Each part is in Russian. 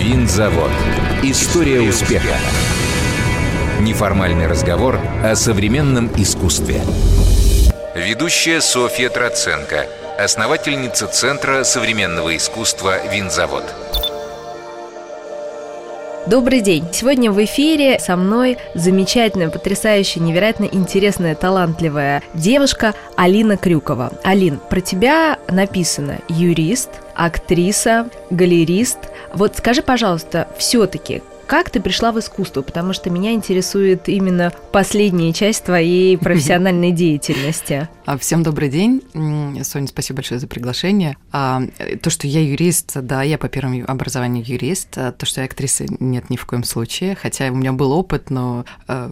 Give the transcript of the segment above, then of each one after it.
Винзавод. История успеха. Неформальный разговор о современном искусстве. Ведущая Софья Троценко, основательница Центра современного искусства «Винзавод». Добрый день! Сегодня в эфире со мной замечательная, потрясающая, невероятно интересная, талантливая девушка Алина Крюкова. Алин, про тебя написано юрист, актриса, галерист. Вот скажи, пожалуйста, все-таки, как ты пришла в искусство? Потому что меня интересует именно последняя часть твоей профессиональной деятельности. Всем добрый день. Соня, спасибо большое за приглашение. То, что я юрист, да, я по первому образованию юрист. То, что я актриса, нет, ни в коем случае. Хотя у меня был опыт, но,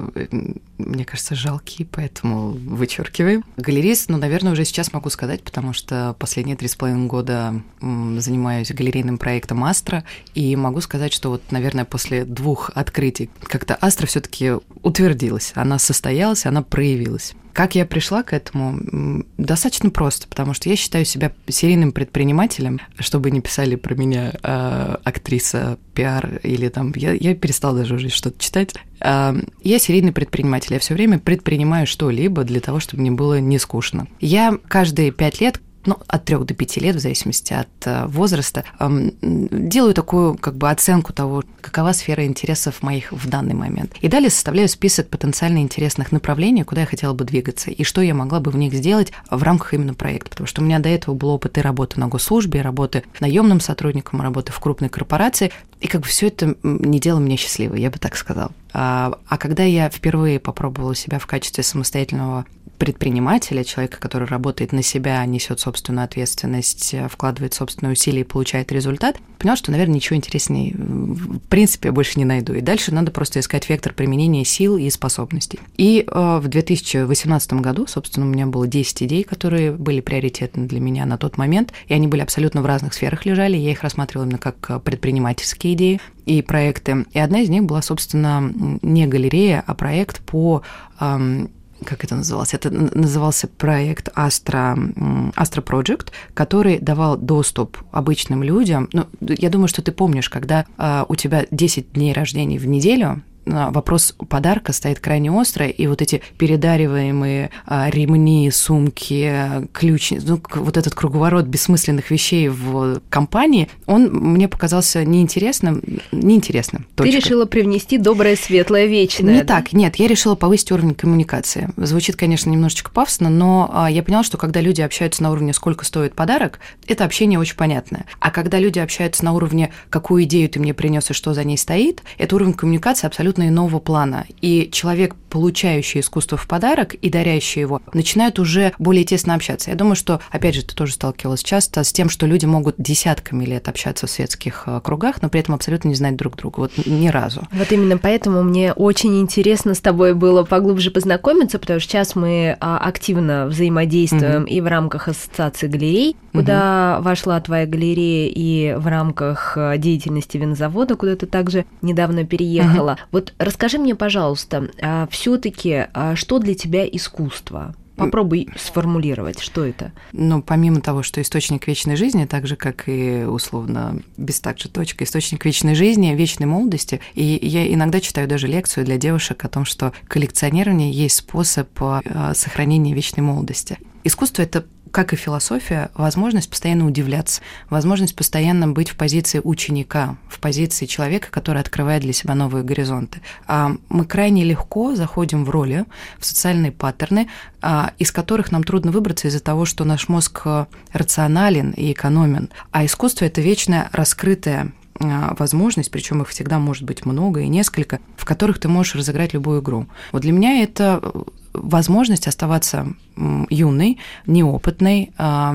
мне кажется, жалкий, поэтому вычеркиваем. Галерист, наверное, уже сейчас могу сказать, потому что последние 3,5 года занимаюсь галерейным проектом «Астра», и могу сказать, что вот, наверное, после 2 открытий как-то «Астра» все-таки утвердилась, она состоялась, она проявилась. Как я пришла к этому? Достаточно просто, потому что я считаю себя серийным предпринимателем, чтобы не писали про меня актриса, пиар или там... Я перестала даже уже что-то читать. Я серийный предприниматель, я все время предпринимаю что-либо для того, чтобы мне было не скучно. Я каждые 5 лет, от 3 до 5 лет, в зависимости от возраста, делаю такую оценку того, какова сфера интересов моих в данный момент. И далее составляю список потенциально интересных направлений, куда я хотела бы двигаться, и что я могла бы в них сделать в рамках именно проекта. Потому что у меня до этого был опыт и работы на госслужбе, и работы наемным сотрудником, и работы в крупной корпорации, и все это не делало меня счастливой, я бы так сказала. А когда я впервые попробовала себя в качестве самостоятельного предпринимателя, человека, который работает на себя, несет собственную ответственность, вкладывает собственные усилия и получает результат, поняла, что, наверное, ничего интереснее в принципе я больше не найду. И дальше надо просто искать вектор применения сил и способностей. И в 2018 году, собственно, у меня было 10 идей, которые были приоритетны для меня на тот момент, и они были абсолютно в разных сферах лежали. Я их рассматривала именно как предпринимательские идеи и проекты. И одна из них была, собственно, не галерея, а проект по... как это называлось? Это назывался проект Astra Project, который давал доступ обычным людям. Я думаю, что ты помнишь, когда у тебя 10 дней рождения в неделю, вопрос подарка стоит крайне остро, и вот эти передариваемые ремни, сумки, ключи, вот этот круговорот бессмысленных вещей в компании, он мне показался неинтересным. Ты решила привнести доброе, светлое, вечное. Не так, нет, я решила повысить уровень коммуникации. Звучит, конечно, немножечко пафосно, но я поняла, что когда люди общаются на уровне «сколько стоит подарок», это общение очень понятное. А когда люди общаются на уровне «какую идею ты мне принес и что за ней стоит», это уровень коммуникации абсолютно иного плана. И человек, получающий искусство в подарок и дарящий его, начинают уже более тесно общаться. Я думаю, что, опять же, ты тоже сталкивалась часто с тем, что люди могут десятками лет общаться в светских кругах, но при этом абсолютно не знать друг друга. Вот ни разу. Вот именно поэтому мне очень интересно с тобой было поглубже познакомиться, потому что сейчас мы активно взаимодействуем и в рамках Ассоциации галерей, куда вошла твоя галерея, и в рамках деятельности Винзавода, куда ты также недавно переехала. Вот расскажи мне, пожалуйста, все-таки, что для тебя искусство? Попробуй сформулировать, что это. Помимо того, что источник вечной жизни, так же, как и, условно, без так же точка, источник вечной жизни, вечной молодости. И я иногда читаю даже лекцию для девушек о том, что коллекционирование есть способ сохранения вечной молодости. Искусство – это, как и философия, возможность постоянно удивляться, возможность постоянно быть в позиции ученика, в позиции человека, который открывает для себя новые горизонты. Мы крайне легко заходим в роли, в социальные паттерны, из которых нам трудно выбраться из-за того, что наш мозг рационален и экономен, а искусство – это вечная раскрытая возможность, причем их всегда может быть много и несколько, в которых ты можешь разыграть любую игру. Вот для меня это возможность оставаться юной, неопытной,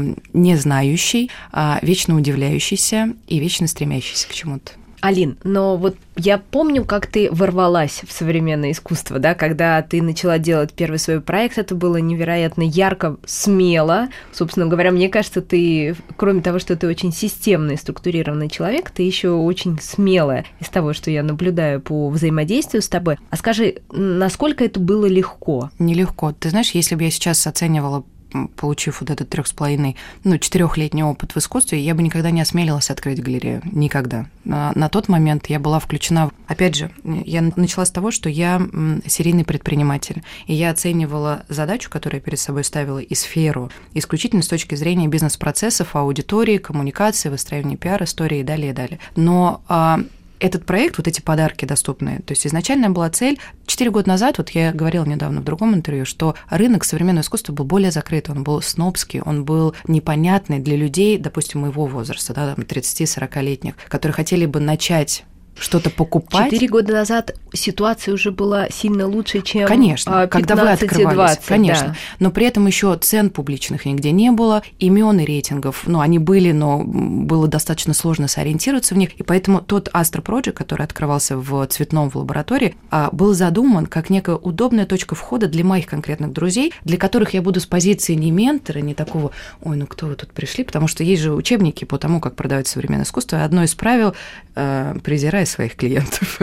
не знающей, вечно удивляющейся и вечно стремящейся к чему-то. Алин, но вот я помню, как ты ворвалась в современное искусство, да, когда ты начала делать первый свой проект, это было невероятно ярко, смело. Собственно говоря, мне кажется, ты, кроме того, что ты очень системный, структурированный человек, ты еще очень смелая из того, что я наблюдаю по взаимодействию с тобой. А скажи, насколько это было легко? Нелегко. Ты знаешь, если бы я сейчас оценивала получив вот этот 4-летний опыт в искусстве, я бы никогда не осмелилась открыть галерею. Никогда. На тот момент я была включена... Опять же, я начала с того, что я серийный предприниматель, и я оценивала задачу, которую я перед собой ставила, и сферу исключительно с точки зрения бизнес-процессов, аудитории, коммуникации, выстраивания пиар-истории и далее, и далее. Но этот проект, вот эти подарки доступные, то есть изначально была цель, 4 года назад, вот я говорила недавно в другом интервью, что рынок современного искусства был более закрытый, он был снобский, он был непонятный для людей, допустим, моего возраста, да, 30-40-летних, которые хотели бы начать что-то покупать. 4 года назад ситуация уже была сильно лучше, чем конечно, 15 когда вы открывались, 20, конечно. Да. Но при этом еще цен публичных нигде не было, имен и рейтингов, они были, но было достаточно сложно сориентироваться в них, и поэтому тот Astra Project, который открывался в Цветном в лаборатории, был задуман как некая удобная точка входа для моих конкретных друзей, для которых я буду с позиции не ментора, не такого, кто вы тут пришли, потому что есть же учебники по тому, как продавать современное искусство. Одно из правил презирай своих клиентов.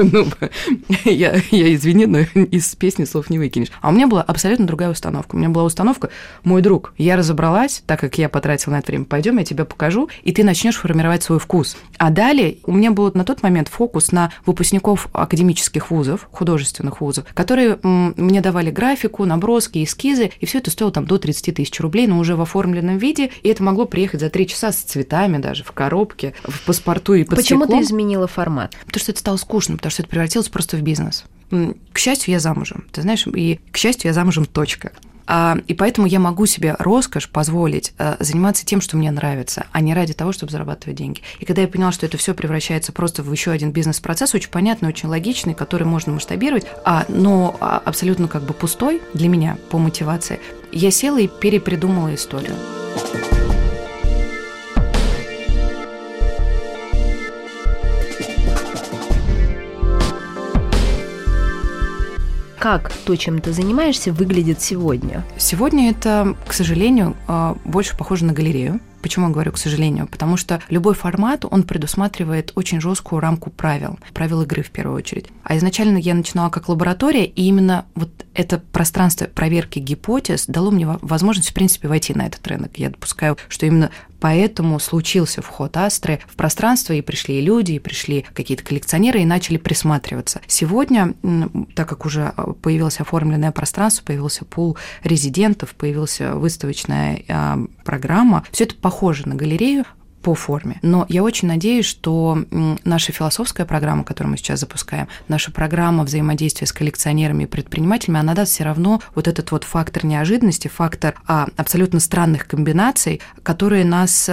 Я извини, но из песни слов не выкинешь. А у меня была абсолютно другая установка. У меня была установка: мой друг, я разобралась, так как я потратила на это время, пойдем, я тебе покажу, и ты начнешь формировать свой вкус. А далее у меня был на тот момент фокус на выпускников академических вузов, художественных вузов, которые мне давали графику, наброски, эскизы, и все это стоило до 30 тысяч рублей, но уже в оформленном виде, и это могло приехать за 3 часа с цветами даже, в коробке, в паспорту и под стеклом. Почему ты изменила формат? Потому что это стало скучно, потому что это превратилось просто в бизнес. К счастью, я замужем, ты знаешь, и к счастью, я замужем, точка. И поэтому я могу себе роскошь позволить заниматься тем, что мне нравится, а не ради того, чтобы зарабатывать деньги. И когда я поняла, что это все превращается просто в еще один бизнес-процесс, очень понятный, очень логичный, который можно масштабировать, но абсолютно пустой для меня по мотивации, я села и перепридумала историю. Как то, чем ты занимаешься, выглядит сегодня? Сегодня это, к сожалению, больше похоже на галерею. Почему я говорю «к сожалению»? Потому что любой формат, он предусматривает очень жесткую рамку правил игры в первую очередь. А изначально я начинала как лаборатория, и именно вот это пространство проверки гипотез дало мне возможность, в принципе, войти на этот рынок. Я допускаю, что именно поэтому случился вход Астры в пространство, и пришли и люди, и пришли какие-то коллекционеры, и начали присматриваться. Сегодня, так как уже появилось оформленное пространство, появился пул резидентов, появилась выставочная программа, все это похоже на галерею по форме. Но я очень надеюсь, что наша философская программа, которую мы сейчас запускаем, наша программа взаимодействия с коллекционерами и предпринимателями, она даст все равно вот этот вот фактор неожиданности, фактор абсолютно странных комбинаций, которые нас,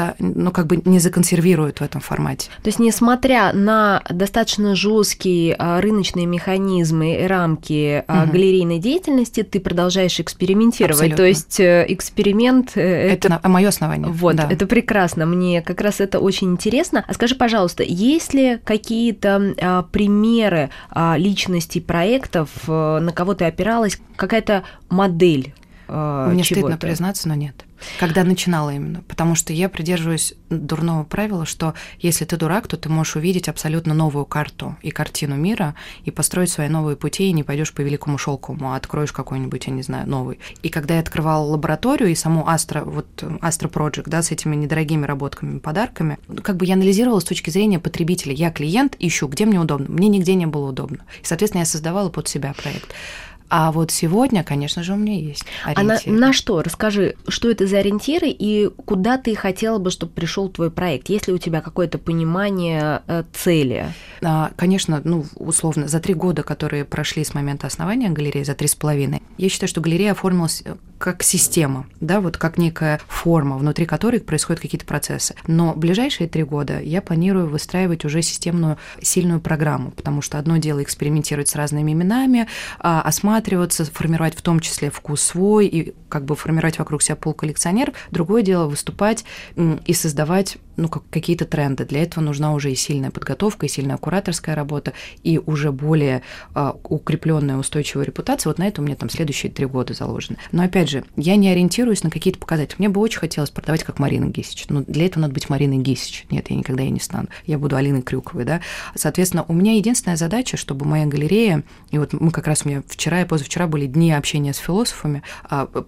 не законсервируют в этом формате. То есть, несмотря на достаточно жесткие рыночные механизмы и рамки галерейной деятельности, ты продолжаешь экспериментировать. Абсолютно. То есть, эксперимент... Это мое основание. Вот, да. Это прекрасно. Мне как раз это очень интересно. А скажи, пожалуйста, есть ли какие-то примеры личностей проектов, на кого ты опиралась, какая-то модель чего-то? Мне стыдно признаться, но нет. Когда начинала именно, потому что я придерживаюсь дурного правила, что если ты дурак, то ты можешь увидеть абсолютно новую карту и картину мира и построить свои новые пути, и не пойдешь по великому шелковому, а откроешь какой-нибудь, я не знаю, новый. И когда я открывала лабораторию и саму Astra Project, да, с этими недорогими работками, подарками, я анализировала с точки зрения потребителя. Я клиент, ищу, где мне удобно. Мне нигде не было удобно. И, соответственно, я создавала под себя проект. А вот сегодня, конечно же, у меня есть ориентиры. А на что? Расскажи, что это за ориентиры и куда ты хотела бы, чтобы пришел твой проект? Есть ли у тебя какое-то понимание цели? Конечно, условно, за 3 года, которые прошли с момента основания галереи, за 3,5, я считаю, что галерея оформилась как система, да, вот как некая форма, внутри которой происходят какие-то процессы. Но в ближайшие 3 года я планирую выстраивать уже системную, сильную программу, потому что одно дело экспериментировать с разными именами, осматриваться, формировать в том числе вкус свой и формировать вокруг себя пул коллекционеров. Другое дело выступать и создавать какие-то тренды. Для этого нужна уже и сильная подготовка, и сильная кураторская работа, и уже более укрепленная устойчивая репутация. Вот на это у меня следующие 3 года заложены. Но опять же, я не ориентируюсь на какие-то показатели. Мне бы очень хотелось продавать как Марина Гисич. Но для этого надо быть Мариной Гисич. Нет, я никогда и не стану. Я буду Алиной Крюковой, да. Соответственно, у меня единственная задача, чтобы моя галерея, и вот мы как раз у меня вчера и позавчера были дни общения с философами.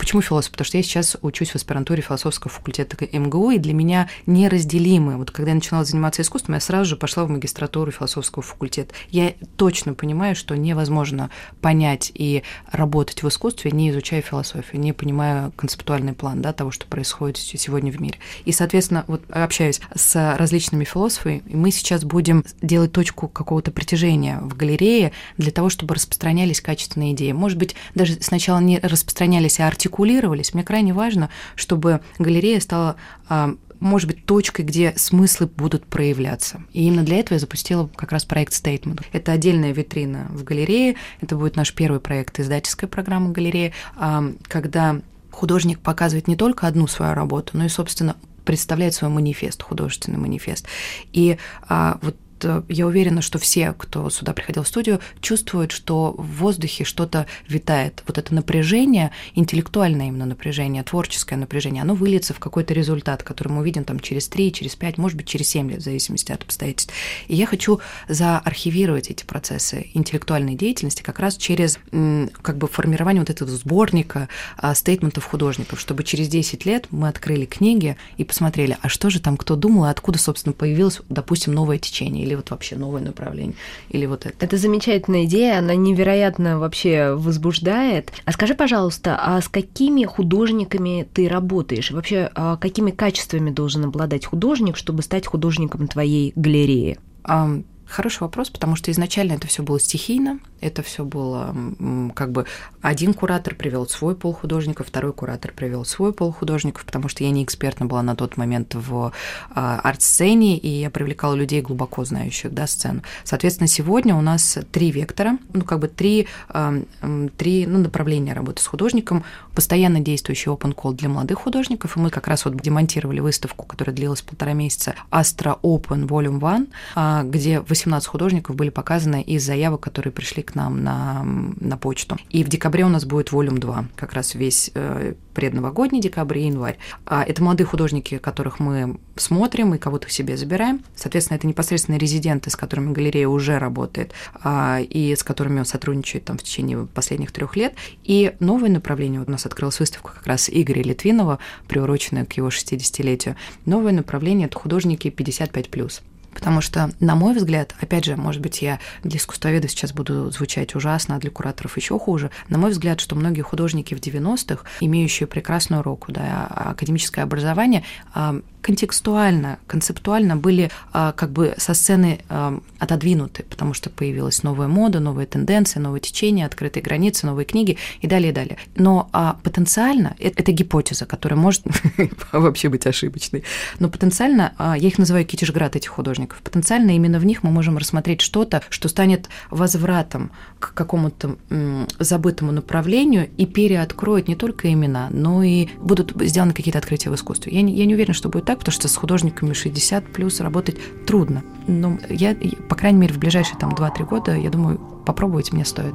Почему философ? Потому что я сейчас учусь в аспирантуре философского факультета МГУ, и для меня неразделимы. Вот когда я начинала заниматься искусством, я сразу же пошла в магистратуру философского факультета. Я точно понимаю, что невозможно понять и работать в искусстве, не изучая философию, не понимая концептуальный план, да, того, что происходит сегодня в мире. И, соответственно, вот общаясь с различными философами, мы сейчас будем делать точку какого-то притяжения в галерее для того, чтобы распространялись качественные идеи. Может быть, даже сначала не распространялись, а артикулировались. Мне крайне важно, чтобы галерея стала, может быть, точкой, где смыслы будут проявляться. И именно для этого я запустила как раз проект Statement. Это отдельная витрина в галерее. Это будет наш первый проект издательской программы галереи, когда художник показывает не только одну свою работу, но и, собственно, представляет свой манифест, художественный манифест. И вот я уверена, что все, кто сюда приходил в студию, чувствуют, что в воздухе что-то витает. Вот это напряжение, интеллектуальное именно напряжение, творческое напряжение, оно выльется в какой-то результат, который мы увидим там через 3, через 5, может быть, через 7 лет, в зависимости от обстоятельств. И я хочу заархивировать эти процессы интеллектуальной деятельности как раз через как бы формирование вот этого сборника стейтментов художников, чтобы через 10 лет мы открыли книги и посмотрели, а что же там кто думал, и откуда, собственно, появилось, допустим, новое течение, или вот вообще новое направление, или вот это. Это замечательная идея, она невероятно вообще возбуждает. А скажи, пожалуйста, а с какими художниками ты работаешь? Вообще, какими качествами должен обладать художник, чтобы стать художником твоей галереи? Хороший вопрос, потому что изначально это все было стихийно, это все было как бы один куратор привел свой пул художников, второй куратор привел свой пул художников, потому что я не экспертна была на тот момент в арт-сцене, и я привлекала людей, глубоко знающих, да, сцену. Соответственно, сегодня у нас 3 вектора, три направления работы с художником, постоянно действующий open call для молодых художников, и мы как раз вот демонтировали выставку, которая длилась 1,5 месяца, Astra Open Volume 1, где 18 художников были показаны из заявок, которые пришли к нам на почту. И в декабре у нас будет Volume 2, как раз весь предновогодний декабрь и январь. Это молодые художники, которых мы смотрим и кого-то к себе забираем. Соответственно, это непосредственно резиденты, с которыми галерея уже работает и с которыми он сотрудничает там в течение последних 3 лет. И новое направление, вот у нас открылась выставка как раз Игоря Литвинова, приуроченная к его 60-летию. Новое направление – это художники 55+. Потому что, на мой взгляд, опять же, может быть, я для искусствоведов сейчас буду звучать ужасно, а для кураторов еще хуже, на мой взгляд, что многие художники в 90-х, имеющие прекрасную руку, да, академическое образование, контекстуально, концептуально были как бы со сцены отодвинуты, потому что появилась новая мода, новые тенденции, новые течения, открытые границы, новые книги и далее, и далее. Но потенциально, это гипотеза, которая может вообще быть ошибочной, но потенциально, я их называю китежград этих художников, потенциально именно в них мы можем рассмотреть что-то, что станет возвратом к какому-то забытому направлению и переоткроет не только имена, но и будут сделаны какие-то открытия в искусстве. Я не уверена, что будет так, потому что с художниками 60+ работать трудно. Но я, по крайней мере, в ближайшие 2-3 года, я думаю, попробовать мне стоит.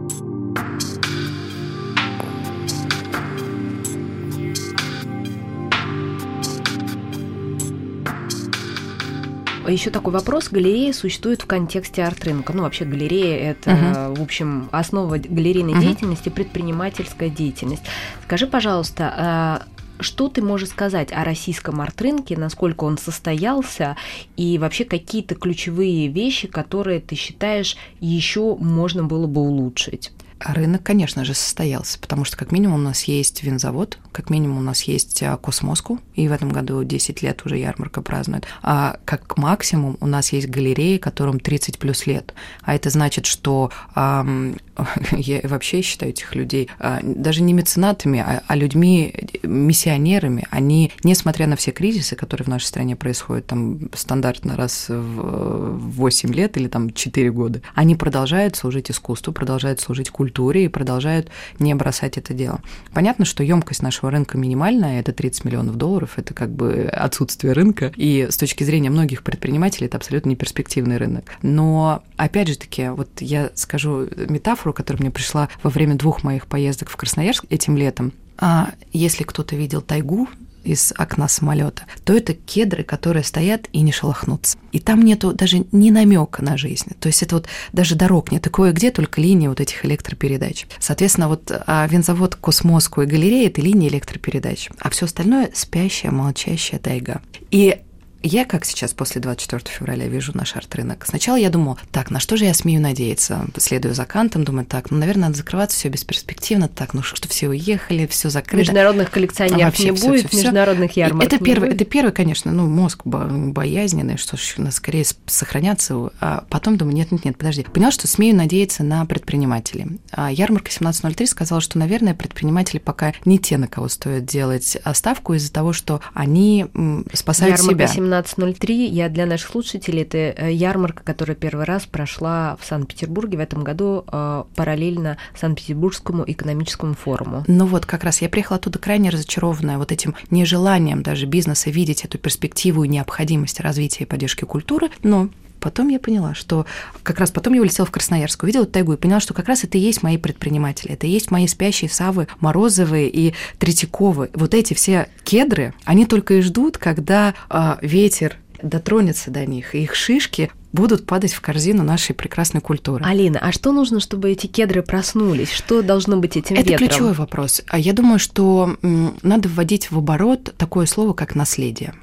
Еще такой вопрос. Галерея существует в контексте арт-рынка. Ну, вообще галерея – это, в общем, основа галерейной деятельности, предпринимательская деятельность. Скажи, пожалуйста, что ты можешь сказать о российском арт-рынке, насколько он состоялся, и вообще какие-то ключевые вещи, которые ты считаешь еще можно было бы улучшить? Рынок, конечно же, состоялся, потому что как минимум у нас есть винзавод, как минимум у нас есть Космоску, и в этом году 10 лет уже ярмарка празднует, а как максимум у нас есть галереи, которым 30+ лет, а это значит, что я вообще считаю этих людей даже не меценатами, а людьми, миссионерами. Они, несмотря на все кризисы, которые в нашей стране происходят там стандартно раз в 8 лет или там 4 года, они продолжают служить искусству, продолжают служить культуре и продолжают не бросать это дело. Понятно, что емкость нашего рынка минимальная, это $30 миллионов, это как бы отсутствие рынка, и с точки зрения многих предпринимателей это абсолютно неперспективный рынок. Но, опять же таки, вот я скажу метафору, которая мне пришла во время 2 моих поездок в Красноярск этим летом. Если кто-то видел тайгу из окна самолета, то это кедры, которые стоят и не шелохнутся. И там нету даже ни намека на жизнь. То есть это вот даже дорог нет, такое где только линии вот этих электропередач. Соответственно, вот винзавод Космоску и галерея – это линии электропередач, а все остальное – спящая, молчащая тайга. И я, как сейчас после 24 февраля вижу наш арт-рынок, сначала я думала, так, на что же я смею надеяться? Следую за Кантом, думаю, так, наверное, надо закрываться, все бесперспективно, так, что все уехали, все закрыто. Международных коллекционеров не будет, международных ярмарок это первый, конечно, мозг боязненный, что надо скорее сохраняться, а потом думаю, нет, подожди. Поняла, что смею надеяться на предпринимателей. Ярмарка 1703 сказала, что, наверное, предприниматели пока не те, на кого стоит делать ставку из-за того, что они спасают себя. 1703, я для наших слушателей, это ярмарка, которая первый раз прошла в Санкт-Петербурге в этом году параллельно Санкт-Петербургскому экономическому форуму. Ну вот, как раз я приехала оттуда крайне разочарованная вот этим нежеланием даже бизнеса видеть эту перспективу и необходимость развития и поддержки культуры, но потом я поняла, что как раз потом я улетела в Красноярск, увидела тайгу и поняла, что как раз это и есть мои предприниматели, это и есть мои спящие Саввы Морозовы и Третьяковы. Вот эти все кедры, они только и ждут, когда ветер дотронется до них, и их шишки будут падать в корзину нашей прекрасной культуры. Алина, а что нужно, чтобы эти кедры проснулись? Что должно быть этим ветром? Это ключевой вопрос. Я думаю, что надо вводить в оборот такое слово, как наследие.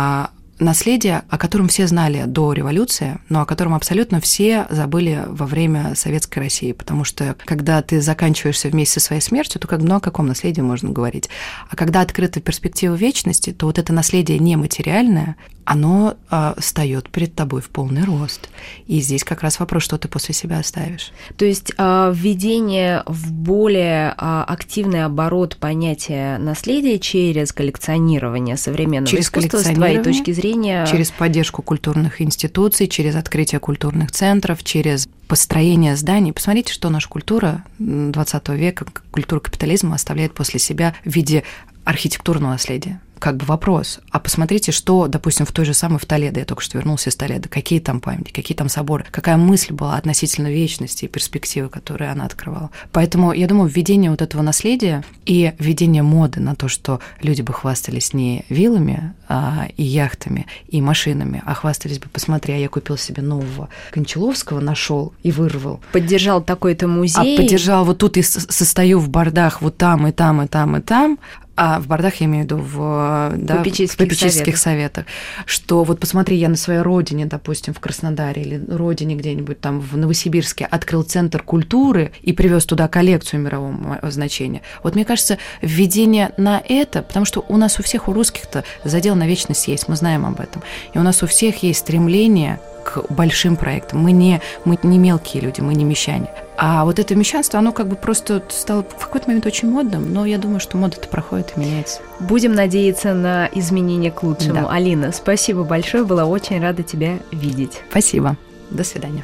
Наследие, о котором все знали до революции, но о котором абсолютно все забыли во время Советской России, потому что когда ты заканчиваешься вместе со своей смертью, то о каком наследии можно говорить? А когда открыта перспектива вечности, то вот это наследие нематериальное, оно встает перед тобой в полный рост. И здесь как раз вопрос, что ты после себя оставишь. То есть введение в более активный оборот понятия наследия через коллекционирование современного искусства, с твоей точки зрения? Через поддержку культурных институций, через открытие культурных центров, через построение зданий. Посмотрите, что наша культура XX века, культура капитализма оставляет после себя в виде архитектурного наследия. Как бы вопрос. А посмотрите, что, допустим, в той же самой в Толедо, я только что вернулся из Толедо, какие там памяти, какие там соборы, какая мысль была относительно вечности и перспективы, которые она открывала. Поэтому, я думаю, введение вот этого наследия и введение моды на то, что люди бы хвастались не виллами и яхтами, и машинами, а хвастались бы, посмотри, я купил себе нового Кончаловского, нашел и вырвал. Поддержал такой-то музей. Поддержал, вот тут и состою в бардах вот там, и там, и там, и там. А в бардах я имею в виду в попечительских советах, что вот посмотри, я на своей родине, допустим, в Краснодаре или родине где-нибудь там в Новосибирске открыл центр культуры и привез туда коллекцию мирового значения. Вот мне кажется, введение на это, потому что у нас у всех, у русских-то задел на вечность есть, мы знаем об этом, и у нас у всех есть стремление к большим проектам. Мы не мелкие люди, мы не мещане. А вот это мещанство, оно как бы просто стало в какой-то момент очень модным, но я думаю, что мода-то проходит и меняется. Будем надеяться на изменения к лучшему. Да. Алина, спасибо большое, была очень рада тебя видеть. Спасибо. До свидания.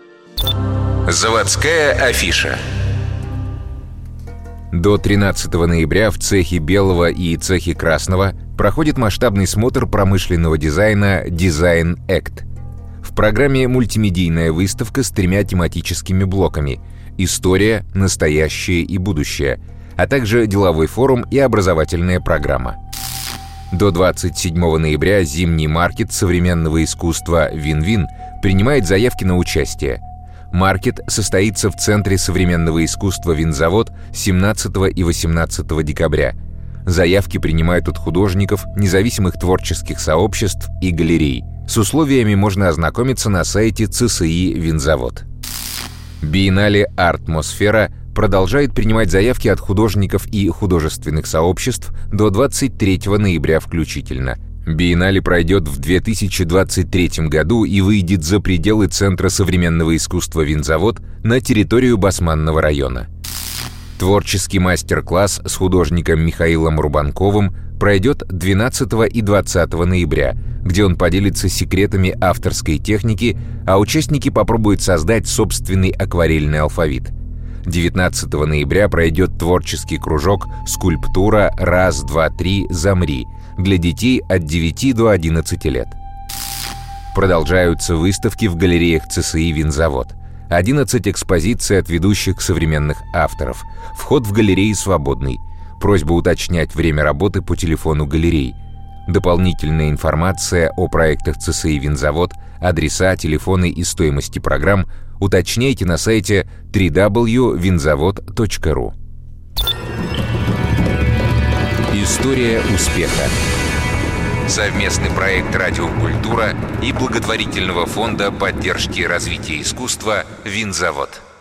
Заводская афиша. До 13 ноября в цехе белого и цехе красного проходит масштабный смотр промышленного дизайна «Design Act». В программе мультимедийная выставка с 3 тематическими блоками – «История», «Настоящее» и «Будущее», а также деловой форум и образовательная программа. До 27 ноября зимний маркет современного искусства «Вин-Вин» принимает заявки на участие. Маркет состоится в Центре современного искусства «Винзавод» 17 и 18 декабря. Заявки принимают от художников, независимых творческих сообществ и галерей. С условиями можно ознакомиться на сайте ЦСИ «Винзавод». Биеннале «Артмосфера» продолжает принимать заявки от художников и художественных сообществ до 23 ноября включительно. Биеннале пройдет в 2023 году и выйдет за пределы Центра современного искусства «Винзавод» на территорию Басманного района. Творческий мастер-класс с художником Михаилом Рубанковым пройдет 12 и 20 ноября, где он поделится секретами авторской техники, а участники попробуют создать собственный акварельный алфавит. 19 ноября пройдет творческий кружок «Скульптура. Раз, два, три, замри» для детей от 9 до 11 лет. Продолжаются выставки в галереях ЦСИ «Винзавод». 11 экспозиций от ведущих современных авторов. Вход в галереи свободный. Просьба уточнять время работы по телефону галерей. Дополнительная информация о проектах ЦСИ «Винзавод», адреса, телефоны и стоимости программ уточняйте на сайте www.vinzavod.ru. История успеха. Совместный проект «Радио Культура» и благотворительного фонда поддержки развития искусства «Винзавод».